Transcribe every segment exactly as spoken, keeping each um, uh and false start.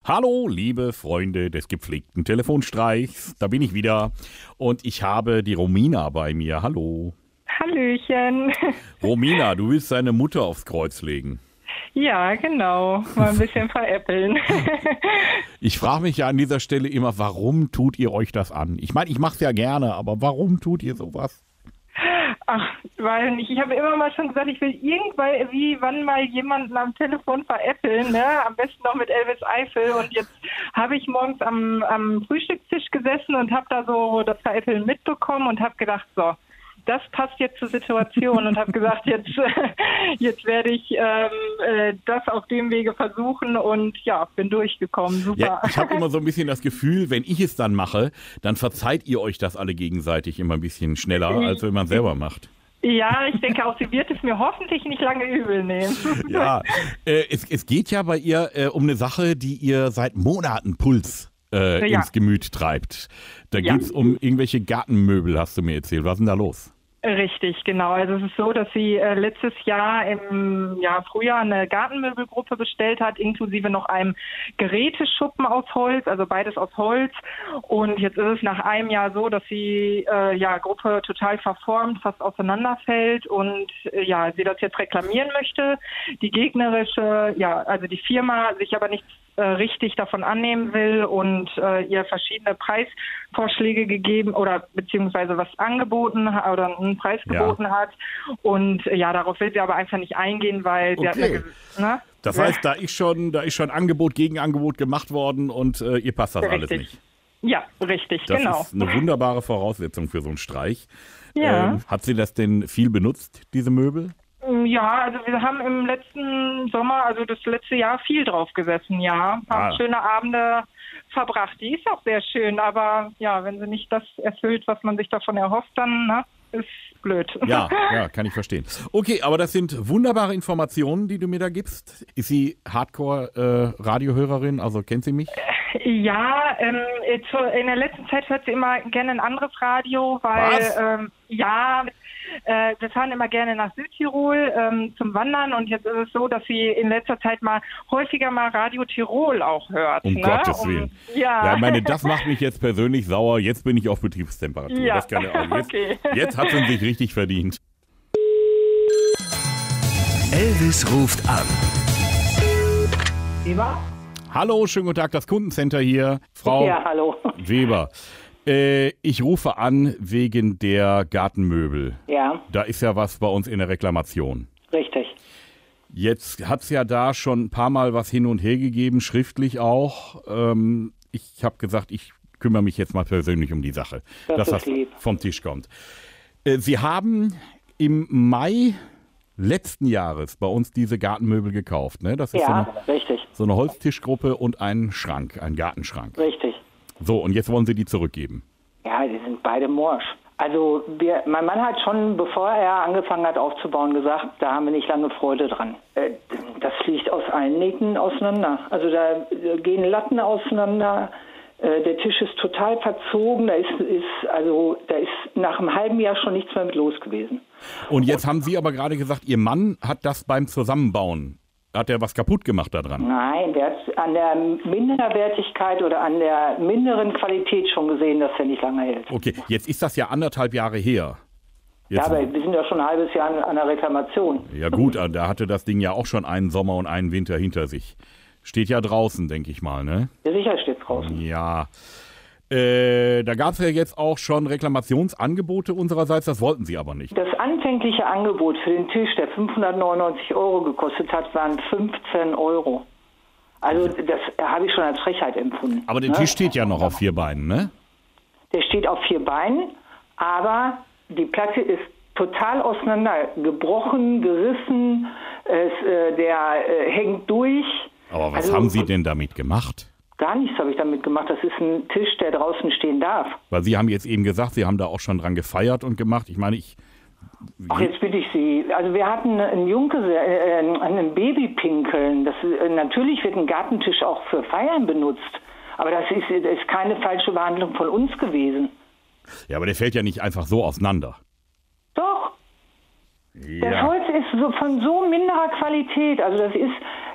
Hallo, liebe Freunde des gepflegten Telefonstreichs, da bin ich wieder und ich habe die Romina bei mir. Hallo. Hallöchen. Romina, du willst deine Mutter aufs Kreuz legen. Ja, genau. Mal ein bisschen veräppeln. Ich frage mich ja an dieser Stelle immer, warum tut ihr euch das an? Ich meine, ich mache es ja gerne, aber warum tut ihr sowas? Ach, weil nicht. Ich habe immer mal schon gesagt, ich will irgendwann, wie, wann mal jemanden am Telefon veräppeln, ne? Am besten noch mit Elvis Eifel. Und jetzt habe ich morgens am, am Frühstückstisch gesessen und habe da so das Veräppeln mitbekommen und habe gedacht, so, das passt jetzt zur Situation und habe gesagt, jetzt, jetzt werde ich ähm, äh, das auf dem Wege versuchen und ja, bin durchgekommen. Super. Ja, ich habe immer so ein bisschen das Gefühl, wenn ich es dann mache, dann verzeiht ihr euch das alle gegenseitig immer ein bisschen schneller, als wenn man es selber macht. Ja, ich denke auch, sie wird es mir hoffentlich nicht lange übel nehmen. Ja, äh, es, es geht ja bei ihr äh, um eine Sache, die ihr seit Monaten Puls äh, ja. ins Gemüt treibt. Da Ja. geht es um irgendwelche Gartenmöbel, hast du mir erzählt. Was ist denn da los? Richtig, genau. Also es ist so, dass sie äh, letztes Jahr im ja, Frühjahr eine Gartenmöbelgruppe bestellt hat, inklusive noch einem Geräteschuppen aus Holz, also beides aus Holz. Und jetzt ist es nach einem Jahr so, dass die äh, ja, Gruppe total verformt, fast auseinanderfällt und äh, ja, sie das jetzt reklamieren möchte. Die gegnerische, ja, also die Firma sich aber nicht äh, richtig davon annehmen will und äh, ihr verschiedene Preisvorschläge gegeben oder beziehungsweise was angeboten hat oder einen Preis geboten ja. hat. Und äh, ja, darauf will sie aber einfach nicht eingehen, weil sie Okay. hat eine, ne? Das heißt, da ist schon, da ist schon Angebot gegen Angebot gemacht worden und äh, ihr passt das Richtig. alles nicht. Ja, richtig, Das genau. ist eine wunderbare Voraussetzung für so einen Streich. Ja. Ähm, hat sie das denn viel benutzt, diese Möbel? Ja, also wir haben im letzten Sommer, also das letzte Jahr, viel drauf gesessen, ja. Haben Ah. schöne Abende verbracht. Die ist auch sehr schön, aber ja, wenn sie nicht das erfüllt, was man sich davon erhofft, dann ne, ist blöd. Ja, ja, kann ich verstehen. Okay, aber das sind wunderbare Informationen, die du mir da gibst. Ist sie Hardcore-Radiohörerin, also kennt sie mich? Ja, ähm, in der letzten Zeit hört sie immer gerne ein anderes Radio, weil Was? ähm, ja, äh, wir fahren immer gerne nach Südtirol ähm, zum Wandern und jetzt ist es so, dass sie in letzter Zeit mal häufiger mal Radio Tirol auch hört. Um ne? Gottes um, Willen. Ja. Ja, ich meine, das macht mich jetzt persönlich sauer. Jetzt bin ich auf Betriebstemperatur. Ja. Das kann ja auch. Jetzt, Okay. jetzt hat sie sich richtig verdient. Elvis ruft an. Weber? Hallo, schönen guten Tag, das Kundencenter hier. Frau Ja, hallo. Weber. Äh, ich rufe an wegen der Gartenmöbel. Ja, Da ist ja was bei uns in der Reklamation. richtig. Jetzt hat es ja da schon ein paar Mal was hin und her gegeben, schriftlich auch. Ähm, ich habe gesagt, ich kümmere mich jetzt mal persönlich um die Sache, Das dass ist das lieb. vom Tisch kommt. Äh, Sie haben im Mai letzten Jahres bei uns diese Gartenmöbel gekauft, ne? Das ist so, Ja, eine, richtig, so eine Holztischgruppe und ein Schrank, ein Gartenschrank. richtig. So, und jetzt wollen Sie die zurückgeben. Ja, die sind beide morsch. Also wir, mein Mann hat schon, bevor er angefangen hat aufzubauen, gesagt, da haben wir nicht lange Freude dran. Äh, das fliegt aus allen Nähten auseinander. Also da äh, gehen Latten auseinander. Äh, der Tisch ist total verzogen. Da ist, ist also da ist nach einem halben Jahr schon nichts mehr mit los gewesen. Und jetzt haben Sie aber gerade gesagt, Ihr Mann hat das beim Zusammenbauen, hat er was kaputt gemacht daran? Nein, der hat an der Minderwertigkeit oder an der minderen Qualität schon gesehen, dass er nicht lange hält. Okay, jetzt ist das ja anderthalb Jahre her. Jetzt, Ja, aber wir sind ja schon ein halbes Jahr an, an der Reklamation. ja gut, da hatte das Ding ja auch schon einen Sommer und einen Winter hinter sich. Steht ja draußen, denke ich mal, ne? Ja, sicher steht draußen. Ja. Äh, da gab es ja jetzt auch schon Reklamationsangebote unsererseits, das wollten Sie aber nicht. Das anfängliche Angebot für den Tisch, der fünfhundertneunundneunzig Euro gekostet hat, waren fünfzehn Euro. Also das habe ich schon als Frechheit empfunden. Aber der ne? Tisch steht ja noch auf vier Beinen, ne? Der steht auf vier Beinen, aber die Platte ist total auseinander gebrochen, gerissen, es, äh, der äh, hängt durch. Aber was Also, haben Sie denn damit gemacht? Gar nichts habe ich damit gemacht. Das ist ein Tisch, der draußen stehen darf. Weil Sie haben jetzt eben gesagt, Sie haben da auch schon dran gefeiert und gemacht. Ich meine, ich... Ach, jetzt bitte ich Sie. Also wir hatten einen Junggesell, äh, einen Babypinkeln. Das, äh, natürlich wird ein Gartentisch auch für Feiern benutzt. Aber das ist, das ist keine falsche Behandlung von uns gewesen. Ja, aber der fällt ja nicht einfach so auseinander. Doch. Das Ja. Holz ist so von so minderer Qualität. Also das ist,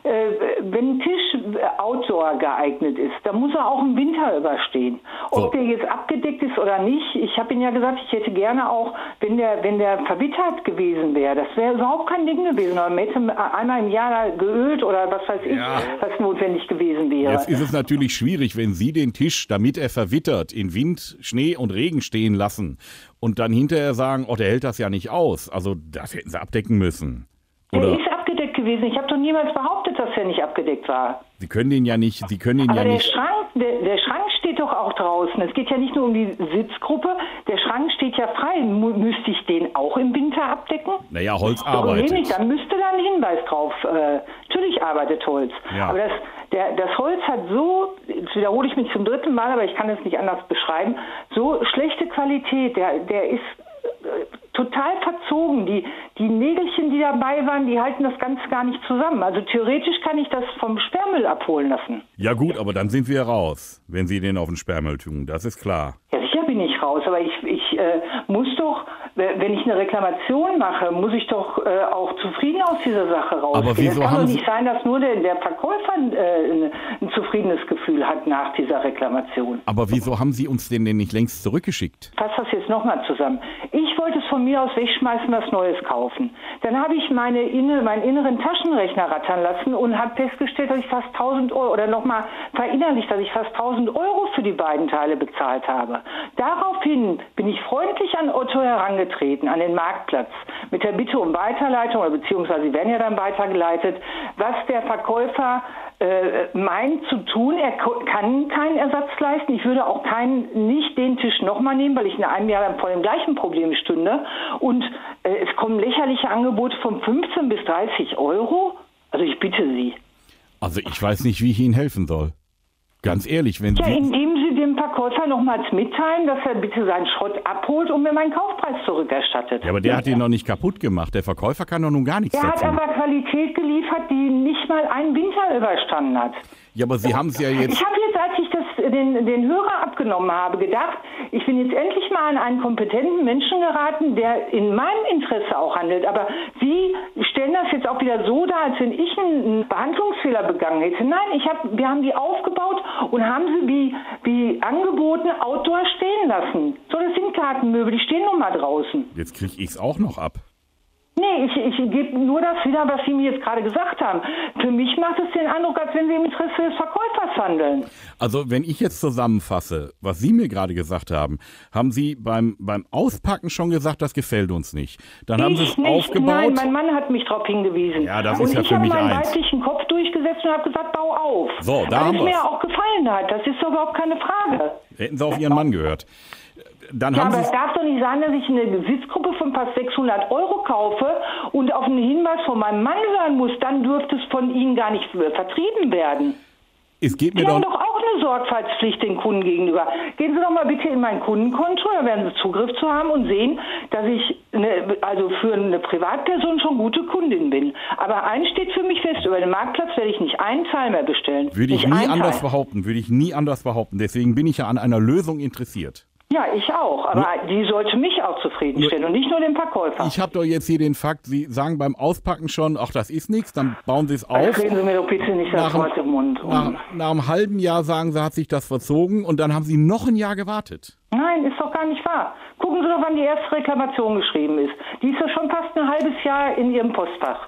äh, wenn ein Tisch outdoor geeignet ist, dann muss er auch im Winter überstehen. Ob so. der jetzt abgedeckt ist oder nicht, ich habe Ihnen ja gesagt, ich hätte gerne auch, wenn der, wenn der verwittert gewesen wäre, das wäre überhaupt kein Ding gewesen. Aber man hätte einmal im Jahr geölt oder was weiß ich, Ja. was notwendig gewesen wäre. Jetzt ist es natürlich schwierig, wenn Sie den Tisch, damit er verwittert, in Wind, Schnee und Regen stehen lassen und dann hinterher sagen, oh, der hält das ja nicht aus. Also das hätten Sie abdecken müssen. Oder Der ist abgedeckt gewesen. Ich habe doch niemals behauptet, dass er nicht abgedeckt war. Sie können den ja nicht, Sie können ihn Aber ja der nicht. Schrank, der, der Schrank steht doch auch draußen. Es geht ja nicht nur um die Sitzgruppe. Der Schrank steht ja frei. Mu- müsste ich den auch im Winter abdecken? Naja, Holz Doch, nee, nicht. arbeitet. Dann müsste da ein Hinweis drauf. Äh, natürlich arbeitet Holz. Ja. Aber das, der, das Holz hat so, jetzt wiederhole ich mich zum dritten Mal, aber ich kann es nicht anders beschreiben, so schlechte Qualität. Der, der ist äh, total verzogen. Die, die Nägelchen, die dabei waren, die halten das Ganze gar nicht zusammen. Also theoretisch kann ich das vom Sperrmüll abholen lassen. Ja gut, aber dann sind wir raus, wenn Sie den auf den Sperrmüll tun. Das ist klar. Ja, sicher bin ich raus, aber ich, ich äh, muss doch, wenn ich eine Reklamation mache, muss ich doch äh, auch zufrieden aus dieser Sache rausgehen. Aber wieso es kann haben doch Sie- nicht sein, dass nur der, der Verkäufer äh, ein, ein zufriedenes Gefühl hat nach dieser Reklamation. Aber wieso haben Sie uns den denn nicht längst zurückgeschickt? Fass das jetzt nochmal zusammen. Ich wollte es von mir aus wegschmeißen, was Neues kaufen. Dann habe ich meine inne, meinen inneren Taschenrechner rattern lassen und habe festgestellt, dass ich fast tausend Euro, oder nochmal verinnerlicht, dass ich fast tausend Euro für die beiden Teile bezahlt habe. Daraufhin bin ich freundlich an Otto herangetreten, an den Marktplatz, mit der Bitte um Weiterleitung, oder beziehungsweise sie werden ja dann weitergeleitet, was der Verkäufer äh, meint zu tun. Er ko- kann keinen Ersatz leisten. Ich würde auch keinen, nicht den Tisch nochmal nehmen, weil ich in einem Jahr dann vor dem gleichen Problem stünde. Und äh, es kommen lächerliche Angebote von fünfzehn bis dreißig Euro. Also ich bitte Sie. Also ich weiß nicht, wie ich Ihnen helfen soll. Ganz ehrlich, wenn Ja, Sie... indem Sie dem Verkäufer nochmals mitteilen, dass er bitte seinen Schrott abholt und mir meinen Kaufpreis zurückerstattet. Ja, aber der hat ihn noch nicht kaputt gemacht. Der Verkäufer kann doch nun gar nichts Er hat dazu. aber Qualität geliefert, die nicht mal einen Winter überstanden hat. Ja, aber Sie haben es ja jetzt... Ich habe jetzt, als ich das, den, den Hörer abgenommen habe, gedacht, ich bin jetzt endlich mal an einen kompetenten Menschen geraten, der in meinem Interesse auch handelt. Aber Sie stellen das jetzt auch wieder so dar, als wenn ich einen Behandlungsfehler begangen hätte. Nein, ich hab, wir haben die aufgebaut und haben sie wie, wie angeboten outdoor stehen lassen. So, das sind Gartenmöbel, die stehen nun mal draußen. Jetzt kriege ich es auch noch ab. Nee, ich, ich gebe nur das wieder, was Sie mir jetzt gerade gesagt haben. Für mich macht es den Eindruck, als wenn Sie im Interesse des Verkäufers handeln. Also wenn ich jetzt zusammenfasse, was Sie mir gerade gesagt haben, haben Sie beim, beim Auspacken schon gesagt, das gefällt uns nicht. Dann haben Sie es Ich nicht. aufgebaut. Nein, mein Mann hat mich darauf hingewiesen. Ja, das und ist ja ich für habe mich meinen eins. weiblichen Kopf durchgesetzt und habe gesagt, bau auf. So, da Weil haben es mir wir's. ja auch gefallen hat. Das ist doch überhaupt keine Frage. Hätten Sie auf Ihren Mann gehört. Dann Ja, haben aber Sie es es... darf doch nicht sein, dass ich eine Sitzgruppe von fast sechshundert Euro kaufe und auf einen Hinweis von meinem Mann hören muss. Dann dürfte es von Ihnen gar nicht äh, vertrieben werden. Es geht mir Sie doch... haben doch auch eine Sorgfaltspflicht den Kunden gegenüber. Gehen Sie doch mal bitte in mein Kundenkonto, da werden Sie Zugriff zu haben und sehen, dass ich eine, also für eine Privatperson schon gute Kundin bin. Aber eins steht für mich fest, über den Marktplatz werde ich nicht einen Teil mehr bestellen. Würde ich nicht nie einen anders Teil. behaupten, würde ich nie anders behaupten. Deswegen bin ich ja an einer Lösung interessiert. Ja, ich auch. Aber die sollte mich auch zufriedenstellen und nicht nur den Verkäufer. Ich habe doch jetzt hier den Fakt, Sie sagen beim Auspacken schon, ach, das ist nichts, dann bauen Sie es Also auf. reden Sie mir doch bitte nicht das Nach, Wort im Mund. nach, nach einem halben Jahr sagen Sie, hat sich das verzogen und dann haben Sie noch ein Jahr gewartet. Nein, ist doch gar nicht wahr. Gucken Sie doch, wann die erste Reklamation geschrieben ist. Die ist ja schon fast ein halbes Jahr in Ihrem Postfach.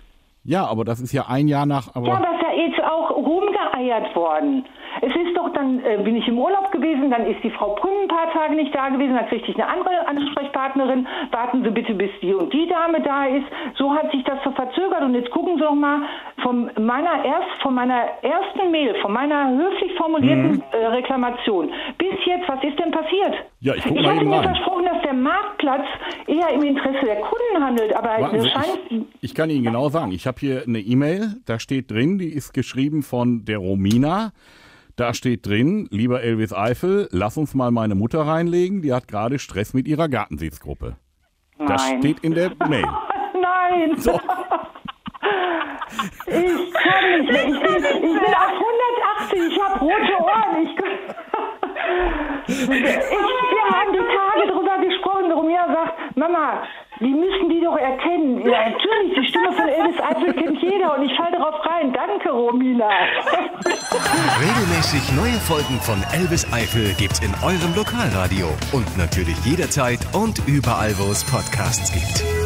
Ja, aber das ist ja ein Jahr nach... Aber Ja, aber es ist ja jetzt auch rumgeeiert worden. Es ist doch, dann äh, bin ich im Urlaub gewesen, dann ist die Frau Brünn ein paar Tage nicht da gewesen, dann kriegte ich eine andere Ansprechpartnerin. Warten Sie bitte, bis die und die Dame da ist. So hat sich das so verzögert. Und jetzt gucken Sie doch mal von meiner, erst, von meiner ersten Mail, von meiner höflich formulierten äh, Reklamation bis jetzt, was ist denn passiert? Ja, ich guck ich mal hatte eben mir rein. versprochen, dass der Marktplatz eher im Interesse der Kunden handelt, aber Warten es Sie, scheint... ich, ich kann Ihnen genau sagen, ich habe hier eine E-Mail, da steht drin, die ist geschrieben von der Romina. Da steht drin, lieber Elvis Eifel, lass uns mal meine Mutter reinlegen, die hat gerade Stress mit ihrer Gartensitzgruppe. Das Nein. steht in der Mail. Nein! So. Ich kann nicht mehr. Ich bin, ich bin auf hundertachtzig, ich habe rote Ohren. Ich, ich, wir haben die Tage drüber gesprochen, Romina sagt, Mama, die müssen die doch erkennen. Ja, natürlich, die Stimme von Elvis Eifel kennt jeder und ich falle darauf rein. Danke, Romina. Regelmäßig neue Folgen von Elvis Eifel gibt's in eurem Lokalradio und natürlich jederzeit und überall, wo es Podcasts gibt.